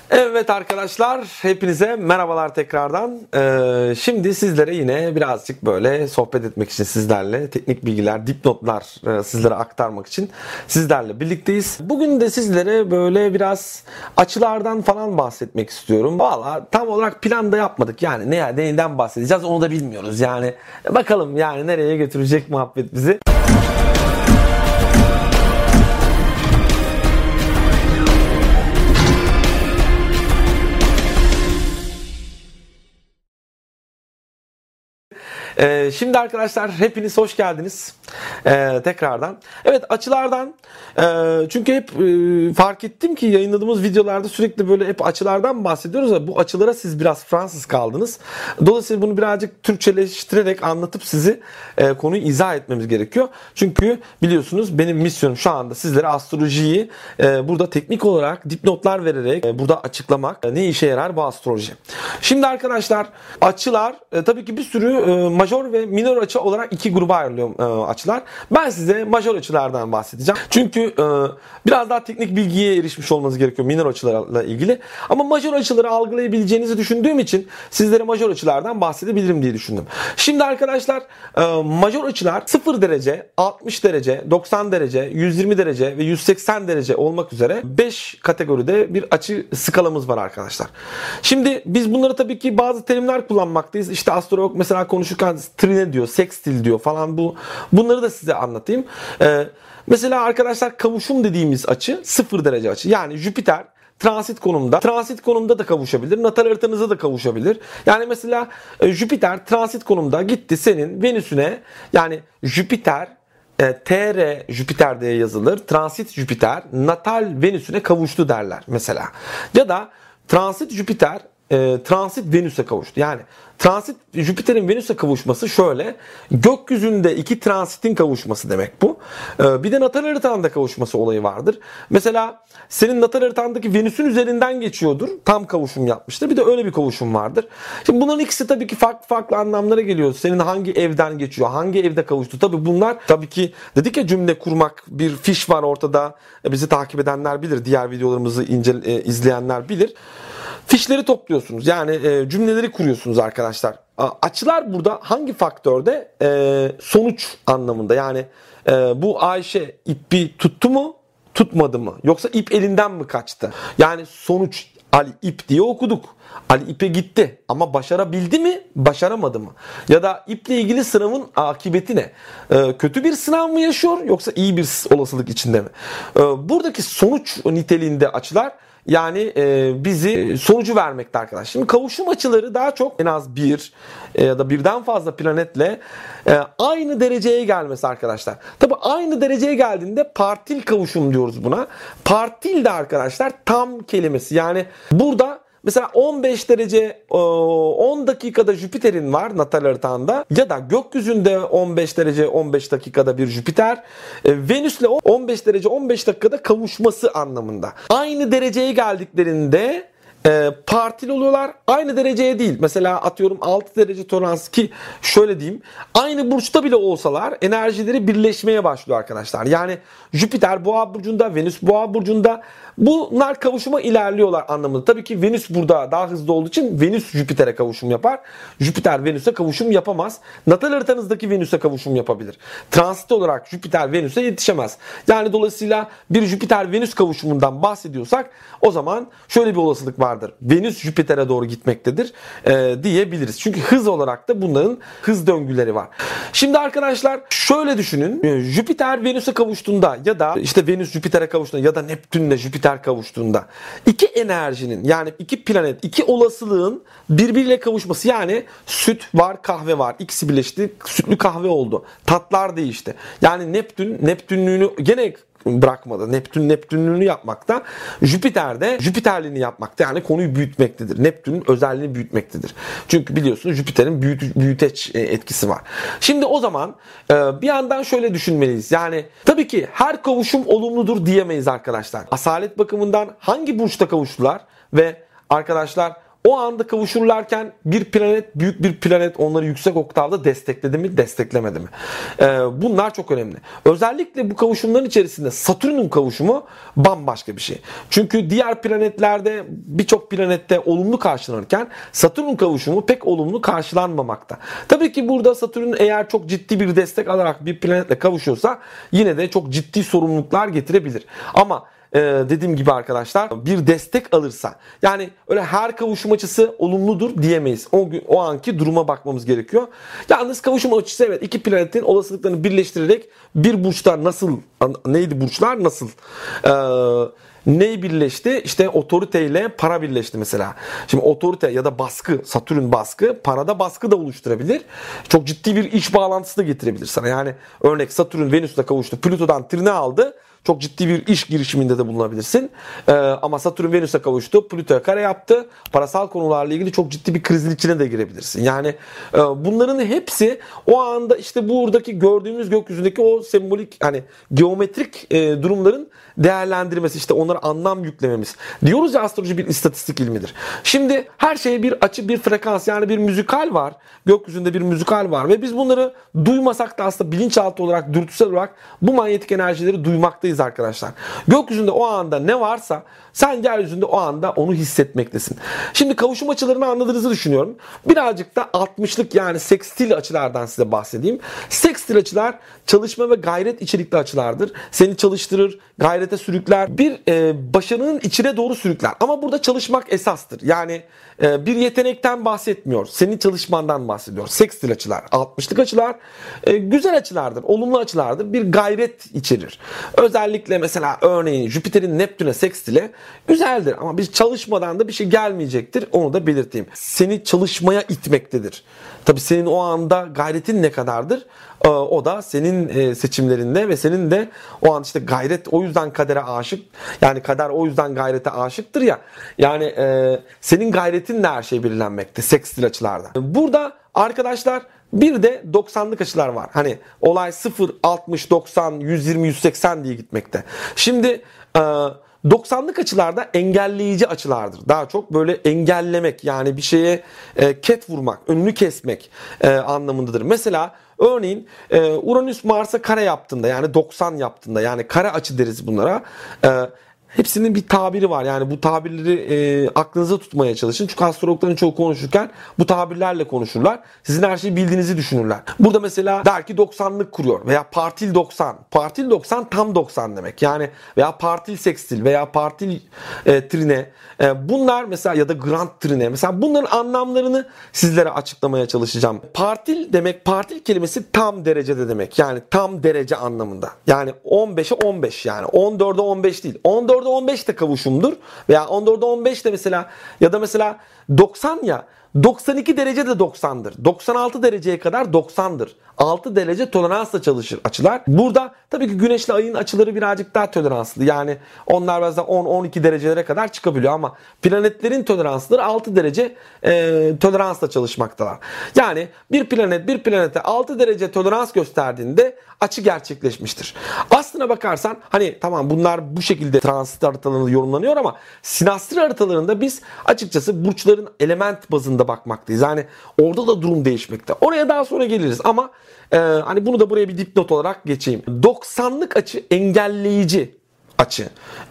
Evet arkadaşlar, hepinize merhabalar tekrardan. Şimdi sizlere yine birazcık böyle sohbet etmek için sizlerle teknik bilgiler, dipnotlar sizlere aktarmak için sizlerle birlikteyiz. Bugün de sizlere böyle biraz açılardan falan bahsetmek istiyorum. Valla tam olarak plan da yapmadık, yani neyden bahsedeceğiz onu da bilmiyoruz. Yani bakalım yani nereye götürecek muhabbet bizi. Şimdi arkadaşlar hepiniz hoş geldiniz tekrardan. Evet, açılardan çünkü hep fark ettim ki yayınladığımız videolarda sürekli böyle hep açılardan bahsediyoruz ve bu açılara siz biraz Fransız kaldınız. Dolayısıyla bunu birazcık Türkçeleştirerek anlatıp sizi konuyu izah etmemiz gerekiyor. Çünkü biliyorsunuz benim misyonum şu anda sizlere astrolojiyi burada teknik olarak dipnotlar vererek burada açıklamak. Ne işe yarar bu astroloji? Şimdi arkadaşlar açılar tabii ki bir sürü majör ve minor açı olarak iki gruba ayrılıyor açılar. Ben size majör açılardan bahsedeceğim. Çünkü biraz daha teknik bilgiye erişmiş olmanız gerekiyor minor açılarla ilgili. Ama majör açıları algılayabileceğinizi düşündüğüm için sizlere majör açılardan bahsedebilirim diye düşündüm. Şimdi arkadaşlar majör açılar 0 derece, 60 derece, 90 derece, 120 derece ve 180 derece olmak üzere 5 kategoride bir açı skalamız var arkadaşlar. Şimdi biz bunları tabii ki bazı terimler kullanmaktayız. İşte astrolog mesela konuşurken trine diyor, sextil diyor falan, bunları da size anlatayım. Mesela arkadaşlar kavuşum dediğimiz açı 0 derece açı. Yani Jüpiter transit konumda. Transit konumda da kavuşabilir. Natal haritanızda da kavuşabilir. Yani mesela Jüpiter transit konumda gitti senin Venüs'üne, yani Jüpiter TR Jüpiter diye yazılır. Transit Jüpiter natal Venüs'üne kavuştu derler mesela. Ya da transit Jüpiter transit Venüs'e kavuştu. Yani transit Jüpiter'in Venüs'e kavuşması şöyle. Gökyüzünde iki transitin kavuşması demek bu. Bir de natal haritanda kavuşması olayı vardır. Mesela senin natal haritandaki Venüs'ün üzerinden geçiyordur. Tam kavuşum yapmıştır. Bir de öyle bir kavuşum vardır. Şimdi bunların ikisi tabii ki farklı anlamlara geliyor. Senin hangi evden geçiyor? Hangi evde kavuştu? Tabii bunlar tabii ki dedik ya, cümle kurmak, bir fiş var ortada. Bizi takip edenler bilir. Diğer videolarımızı izleyenler bilir. Fişleri topluyorsunuz. Yani cümleleri kuruyorsunuz arkadaşlar. Açılar burada hangi faktörde? Sonuç anlamında. Yani bu Ayşe ipi tuttu mu? Tutmadı mı? Yoksa ip elinden mi kaçtı? Yani sonuç, Ali ip diye okuduk. Ali ipe gitti ama başarabildi mi? Başaramadı mı? Ya da iple ilgili sınavın akıbeti ne? Kötü bir sınav mı yaşıyor yoksa iyi bir olasılık içinde mi? Buradaki sonuç niteliğinde açılar yani bizi sonucu vermekte arkadaşlar. Şimdi kavuşum açıları daha çok en az bir ya da birden fazla planetle aynı dereceye gelmesi arkadaşlar. Tabi aynı dereceye geldiğinde partil kavuşum diyoruz buna. Partil de arkadaşlar tam kelimesi. Yani burada mesela 15 derece 10 dakikada Jüpiter'in var natal haritanda ya da gökyüzünde 15 derece 15 dakikada bir Jüpiter Venüs'le 15 derece 15 dakikada kavuşması anlamında. Aynı dereceye geldiklerinde partil oluyorlar. Aynı dereceye değil. Mesela atıyorum 6 derece tolerans, ki şöyle diyeyim, aynı burçta bile olsalar enerjileri birleşmeye başlıyor arkadaşlar. Yani Jüpiter Boğa burcunda, Venüs Boğa burcunda, bunlar kavuşuma ilerliyorlar anlamında. Tabii ki Venüs burada daha hızlı olduğu için Venüs Jüpiter'e kavuşum yapar. Jüpiter Venüs'e kavuşum yapamaz. Natal haritanızdaki Venüs'e kavuşum yapabilir. Transit olarak Jüpiter Venüs'e yetişemez. Yani dolayısıyla bir Jüpiter Venüs kavuşumundan bahsediyorsak o zaman şöyle bir olasılık vardır. Venüs Jüpiter'e doğru gitmektedir diyebiliriz. Çünkü hız olarak da bunların hız döngüleri var. Şimdi arkadaşlar şöyle düşünün. Jüpiter Venüs'e kavuştuğunda ya da işte Venüs Jüpiter'e kavuştuğunda ya da Neptün'le Jüpiter kavuştuğunda iki enerjinin, yani iki planet, iki olasılığın birbiriyle kavuşması, yani süt var, kahve var. İkisi birleşti, sütlü kahve oldu. Tatlar değişti. Yani Neptünlüğünü gene bırakmadı. Neptünlüğünü yapmakta. Jüpiter de Jüpiterliğini yapmakta. Yani konuyu büyütmektedir. Neptün'ün özelliğini büyütmektedir. Çünkü biliyorsunuz Jüpiter'in büyüteç etkisi var. Şimdi o zaman bir yandan şöyle düşünmeliyiz. Yani tabii ki her kavuşum olumludur diyemeyiz arkadaşlar. Asalet bakımından hangi burçta kavuştular ve arkadaşlar o anda kavuşurlarken bir planet, büyük bir planet onları yüksek oktavda destekledi mi, desteklemedi mi? Bunlar çok önemli. Özellikle bu kavuşumların içerisinde Satürn'ün kavuşumu bambaşka bir şey. Çünkü diğer planetlerde birçok planette olumlu karşılanırken Satürn'ün kavuşumu pek olumlu karşılanmamakta. Tabii ki burada Satürn eğer çok ciddi bir destek alarak bir planetle kavuşuyorsa yine de çok ciddi sorumluluklar getirebilir. Ama dediğim gibi arkadaşlar, bir destek alırsa, yani öyle her kavuşum açısı olumludur diyemeyiz. O anki duruma bakmamız gerekiyor. Yalnız kavuşum açısı, evet, iki planetin olasılıklarını birleştirerek bir burçlar nasıl, neydi burçlar nasıl? Neyi birleşti? İşte otoriteyle para birleşti mesela. Şimdi otorite ya da baskı, Satürn baskı, parada baskı da oluşturabilir. Çok ciddi bir iş bağlantısı da getirebilir sana. Yani örnek Satürn Venüs'le kavuştu, Plüto'dan trine aldı. Çok ciddi bir iş girişiminde de bulunabilirsin. Ama Satürn Venüs'e kavuştu, Plüto'ya kare yaptı. Parasal konularla ilgili çok ciddi bir krizin içine de girebilirsin. Yani bunların hepsi o anda işte buradaki gördüğümüz gökyüzündeki o sembolik, hani geometrik durumların değerlendirmesi, işte onlara anlam yüklememiz. Diyoruz ya, astroloji bir istatistik ilmidir. Şimdi her şeye bir açı, bir frekans, yani bir müzikal var. Gökyüzünde bir müzikal var ve biz bunları duymasak da aslında bilinçaltı olarak, dürtüsel olarak bu manyetik enerjileri duymaktayız arkadaşlar. Gökyüzünde o anda ne varsa sen yeryüzünde o anda onu hissetmektesin. Şimdi kavuşum açılarını anladığınızı düşünüyorum. Birazcık da 60'lık, yani sekstil açılardan size bahsedeyim. Sekstil açılar çalışma ve gayret içerikli açılardır. Seni çalıştırır, gayrete sürükler, bir başarının içine doğru sürükler. Ama burada çalışmak esastır. Yani bir yetenekten bahsetmiyor. Senin çalışmandan bahsediyor. Sekstil açılar, 60'lık açılar güzel açılardır, olumlu açılardır. Bir gayret içerir. Özellikle mesela örneğin Jüpiter'in Neptün'e sekstili güzeldir ama biz çalışmadan da bir şey gelmeyecektir. Onu da belirteyim. Seni çalışmaya itmektedir. Tabii senin o anda gayretin ne kadardır? O da senin seçimlerinde ve senin de o an işte gayret, o yüzden kadere aşık. Yani kader o yüzden gayrete aşıktır ya. Yani senin gayretinle her şey belirlenmekte sekstil açılarda. Burada arkadaşlar bir de 90'lık açılar var. Hani olay 0, 60, 90, 120, 180 diye gitmekte. Şimdi 90'lık açılarda engelleyici açılardır. Daha çok böyle engellemek, yani bir şeye ket vurmak, önünü kesmek anlamındadır. Mesela örneğin Uranüs Mars'a kare yaptığında, yani 90 yaptığında, yani kare açı deriz bunlara. Hepsinin bir tabiri var. Yani bu tabirleri aklınıza tutmaya çalışın. Çünkü astrologların çoğu konuşurken bu tabirlerle konuşurlar. Sizin her şeyi bildiğinizi düşünürler. Burada mesela der ki 90'lık kuruyor veya partil 90. Partil 90 tam 90 demek. Yani veya partil sekstil veya partil trine. Bunlar mesela, ya da grand trine. Mesela bunların anlamlarını sizlere açıklamaya çalışacağım. Partil demek, partil kelimesi tam derecede demek. Yani tam derece anlamında. Yani 15'e 15, yani 14'e 15 değil. 14'e 15 de kavuşumdur. Veya 14'e 15 de mesela, ya da mesela 90 ya, 92 derece de 90'dır. 96 dereceye kadar 90'dır. 6 derece toleransla çalışır açılar. Burada tabii ki Güneşle Ay'ın açıları birazcık daha toleranslı. Yani onlar bazen 10-12 derecelere kadar çıkabiliyor ama planetlerin toleransları 6 derece toleransla çalışmaktalar. Yani bir planet bir planete 6 derece tolerans gösterdiğinde açı gerçekleşmiştir. Aslına bakarsan hani tamam, bunlar bu şekilde transit haritalarında yorumlanıyor ama sinastri haritalarında biz açıkçası burçların element bazında bakmaktayız. Yani orada da durum değişmekte. Oraya daha sonra geliriz ama hani bunu da buraya bir dipnot olarak geçeyim. 90'lık açı engelleyici açı.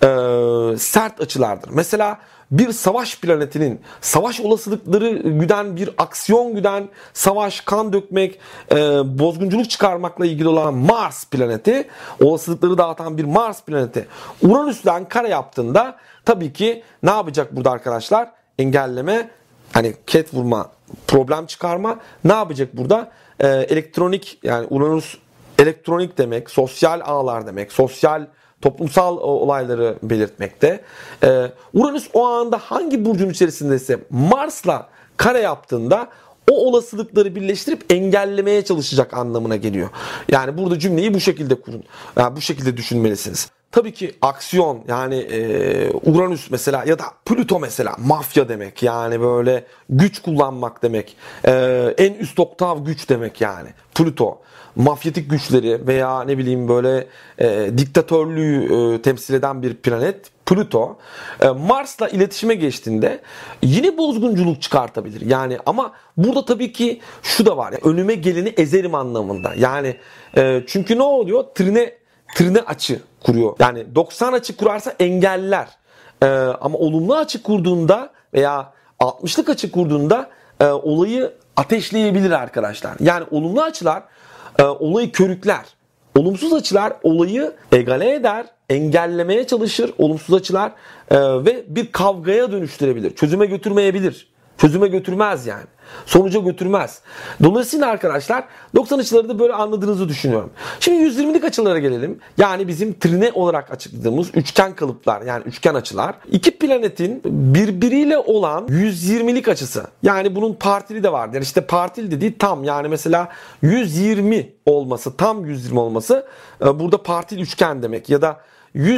Sert açılardır. Mesela bir savaş planetinin savaş olasılıkları güden, bir aksiyon güden, savaş, kan dökmek, bozgunculuk çıkarmakla ilgili olan Mars planeti, olasılıkları dağıtan bir Mars planeti Uranüs'ten kare yaptığında tabii ki ne yapacak burada arkadaşlar? Engelleme, hani ket vurma, problem çıkarma. Ne yapacak burada? Elektronik, yani Uranüs elektronik demek, sosyal ağlar demek, sosyal toplumsal olayları belirtmekte. Uranüs o anda hangi burcun içerisindeyse Mars'la kare yaptığında o olasılıkları birleştirip engellemeye çalışacak anlamına geliyor. Yani burada cümleyi bu şekilde kurun. Yani bu şekilde düşünmelisiniz. Tabii ki aksiyon, yani Uranüs mesela ya da Plüto mesela mafya demek, yani böyle güç kullanmak demek, en üst oktav güç demek yani Plüto. Mafyatik güçleri veya ne bileyim böyle diktatörlüğü temsil eden bir planet Plüto Mars'la iletişime geçtiğinde yine bozgunculuk çıkartabilir. Yani ama burada tabii ki şu da var. Önüme geleni ezerim anlamında. Yani çünkü ne oluyor? Trine açı kuruyor. Yani 90 açı kurarsa engeller. Ama olumlu açı kurduğunda veya 60'lık açı kurduğunda olayı ateşleyebilir arkadaşlar. Yani olumlu açılar olayı körükler. Olumsuz açılar olayı egale eder, engellemeye çalışır. Olumsuz açılar ve bir kavgaya dönüştürebilir. Çözüme götürmeyebilir. Çözüme götürmez yani. Sonuca götürmez. Dolayısıyla arkadaşlar 90 açıları da böyle anladığınızı düşünüyorum. Şimdi 120'lik açılara gelelim. Yani bizim trine olarak açıkladığımız üçgen kalıplar, yani üçgen açılar. İki planetin birbiriyle olan 120'lik açısı. Yani bunun partili de vardır. Yani işte partil dediği tam, yani mesela 120 olması, tam 120 olması burada partil üçgen demek. Ya da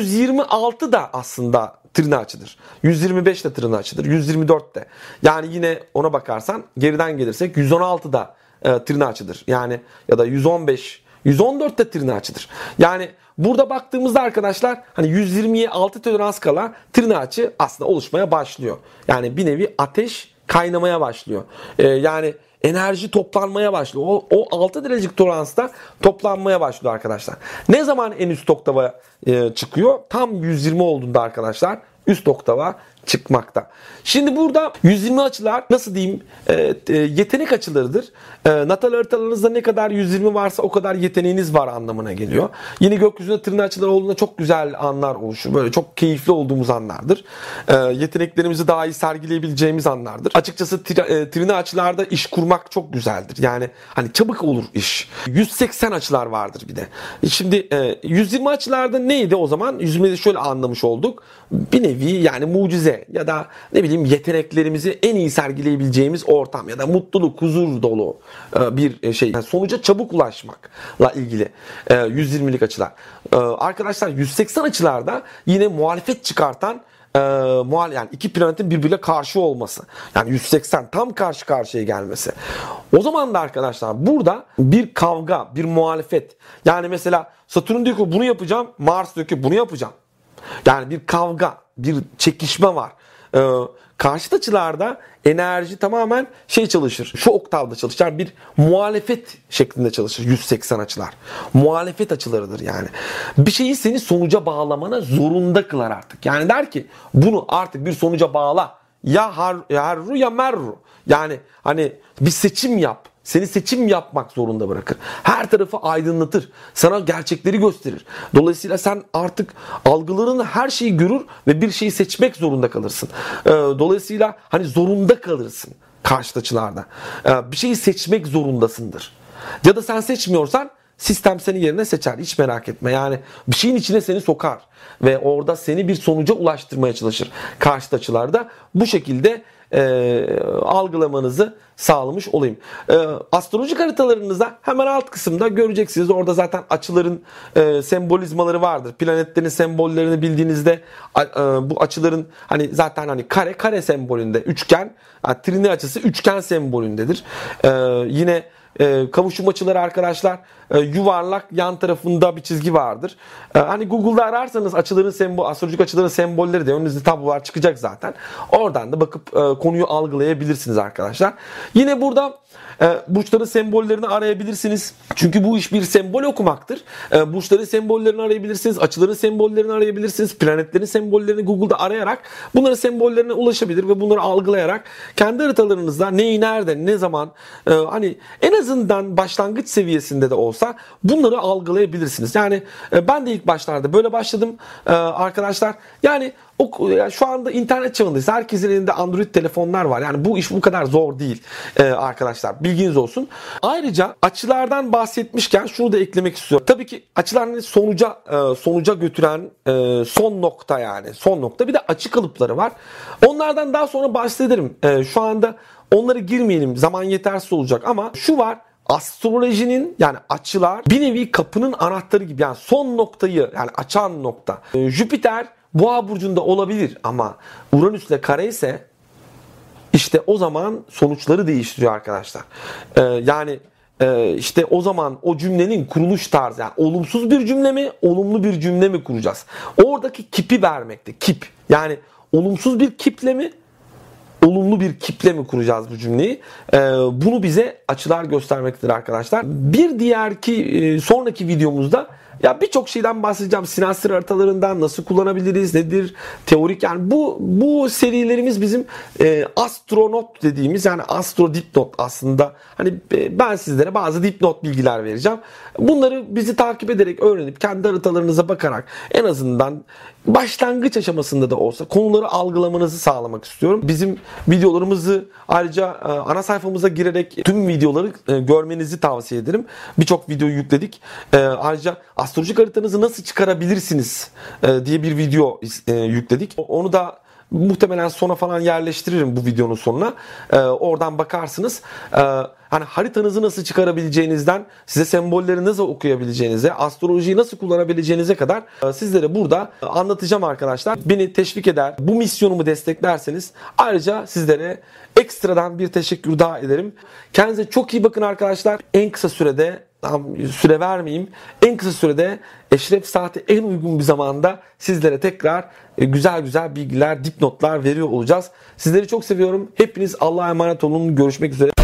126 da aslında trine açıdır. 125 de trine açıdır. 124 de. Yani yine ona bakarsan geriden gelirsek 116 da trine açıdır. Yani ya da 115, 114 de trine açıdır. Yani burada baktığımızda arkadaşlar hani 120'ye 6 tolerans kala trine açı aslında oluşmaya başlıyor. Yani bir nevi ateş kaynamaya başlıyor. Yani enerji toplanmaya başlıyor. O 6 derecelik toleransta toplanmaya başlıyor arkadaşlar. Ne zaman en üst oktava çıkıyor? Tam 120 olduğunda arkadaşlar üst oktava çıkmakta. Şimdi burada 120 açılar nasıl diyeyim yetenek açılarıdır. Natal haritalarınızda ne kadar 120 varsa o kadar yeteneğiniz var anlamına geliyor. Yine gökyüzünde trine açıları olduğunda çok güzel anlar oluşur. Böyle çok keyifli olduğumuz anlardır. Yeteneklerimizi daha iyi sergileyebileceğimiz anlardır. Açıkçası trine açılarda iş kurmak çok güzeldir. Yani hani çabuk olur iş. 180 açılar vardır bir de. Şimdi 120 açılarda neydi o zaman? 120'de şöyle anlamış olduk. Bir nevi yani mucize ya da ne bileyim yeteneklerimizi en iyi sergileyebileceğimiz ortam ya da mutluluk, huzur dolu bir şey. Yani sonuca çabuk ulaşmakla ilgili 120'lik açılar. Arkadaşlar 180 açılarda yine muhalefet çıkartan yani iki planetin birbirine karşı olması. Yani 180 tam karşı karşıya gelmesi. O zaman da arkadaşlar burada bir kavga, bir muhalefet. Yani mesela Satürn diyor ki bunu yapacağım, Mars diyor ki bunu yapacağım. Yani bir kavga, bir çekişme var. Karşıt açılarda enerji tamamen çalışır. Şu oktavda çalışır. Bir muhalefet şeklinde çalışır 180 açılar. Muhalefet açılarıdır yani. Bir şeyi seni sonuca bağlamana zorunda kılar artık. Yani der ki bunu artık bir sonuca bağla. Ya harru ya merru. Yani hani bir seçim yap. Seni seçim yapmak zorunda bırakır. Her tarafı aydınlatır. Sana gerçekleri gösterir. Dolayısıyla sen artık algılarınla her şeyi görür ve bir şeyi seçmek zorunda kalırsın. Dolayısıyla hani zorunda kalırsın karşıt açılarda. Bir şeyi seçmek zorundasındır. Ya da sen seçmiyorsan sistem seni yerine seçer. Hiç merak etme. Yani bir şeyin içine seni sokar. Ve orada seni bir sonuca ulaştırmaya çalışır. Karşıt açılarda bu şekilde algılamanızı sağlamış olayım. Astrolojik haritalarınızda hemen alt kısımda göreceksiniz. Orada zaten açıların sembolizmaları vardır. Planetlerin sembollerini bildiğinizde bu açıların hani zaten hani kare sembolünde, üçgen, yani trine açısı üçgen sembolündedir. Yine kavuşum açıları arkadaşlar yuvarlak, yan tarafında bir çizgi vardır. Hani Google'da ararsanız astrolojik açıların sembolleri de önünüzde tablolar çıkacak zaten. Oradan da bakıp konuyu algılayabilirsiniz arkadaşlar. Yine burada burçların sembollerini arayabilirsiniz. Çünkü bu iş bir sembol okumaktır. Burçların sembollerini arayabilirsiniz. Açıların sembollerini arayabilirsiniz. Planetlerin sembollerini Google'da arayarak bunların sembollerine ulaşabilir ve bunları algılayarak kendi haritalarınızda neyi nerede ne zaman hani en azından başlangıç seviyesinde de olsa bunları algılayabilirsiniz. Yani ben de ilk başlarda böyle başladım arkadaşlar. Yani şu anda internet çağındayız. Herkesin elinde Android telefonlar var. Yani bu iş bu kadar zor değil arkadaşlar. Bilginiz olsun. Ayrıca açılardan bahsetmişken şunu da eklemek istiyorum. Tabii ki açılar sonuca götüren son nokta yani. Son nokta. Bir de açı kalıpları var. Onlardan daha sonra bahsederim. Şu anda onlara girmeyelim. Zaman yetersiz olacak ama şu var. Astrolojinin yani açılar bir nevi kapının anahtarı gibi. Yani son noktayı yani açan nokta. Jüpiter Boğa burcunda olabilir ama Uranüs'le kare ise işte o zaman sonuçları değiştiriyor arkadaşlar. Yani işte o zaman o cümlenin kuruluş tarzı, yani olumsuz bir cümle mi, olumlu bir cümle mi kuracağız? Oradaki kipi vermekte. Kip. Yani olumsuz bir kiple mi, olumlu bir kiple mi kuracağız bu cümleyi? Bunu bize açılar göstermektedir arkadaşlar. Bir sonraki videomuzda ya birçok şeyden bahsedeceğim. Sinastri haritalarından nasıl kullanabiliriz, nedir, teorik, yani bu serilerimiz bizim astronot dediğimiz, yani astro dipnot aslında. Hani ben sizlere bazı dipnot bilgiler vereceğim. Bunları bizi takip ederek öğrenip kendi haritalarınıza bakarak en azından başlangıç aşamasında da olsa konuları algılamanızı sağlamak istiyorum. Bizim videolarımızı ayrıca ana sayfamıza girerek tüm videoları görmenizi tavsiye ederim. Birçok video yükledik. Ayrıca astrolojik haritanızı nasıl çıkarabilirsiniz diye bir video yükledik. Onu da muhtemelen sona falan yerleştiririm, bu videonun sonuna. Oradan bakarsınız. Hani haritanızı nasıl çıkarabileceğinizden, size sembolleri nasıl okuyabileceğinize, astrolojiyi nasıl kullanabileceğinize kadar sizlere burada anlatacağım arkadaşlar. Beni teşvik eder, bu misyonumu desteklerseniz ayrıca sizlere ekstradan bir teşekkür daha ederim. Kendinize çok iyi bakın arkadaşlar. En kısa sürede, süre vermeyeyim, en kısa sürede Eşref Saati en uygun bir zamanda sizlere tekrar güzel bilgiler, dipnotlar veriyor olacağız. Sizleri çok seviyorum. Hepiniz Allah'a emanet olun. Görüşmek üzere.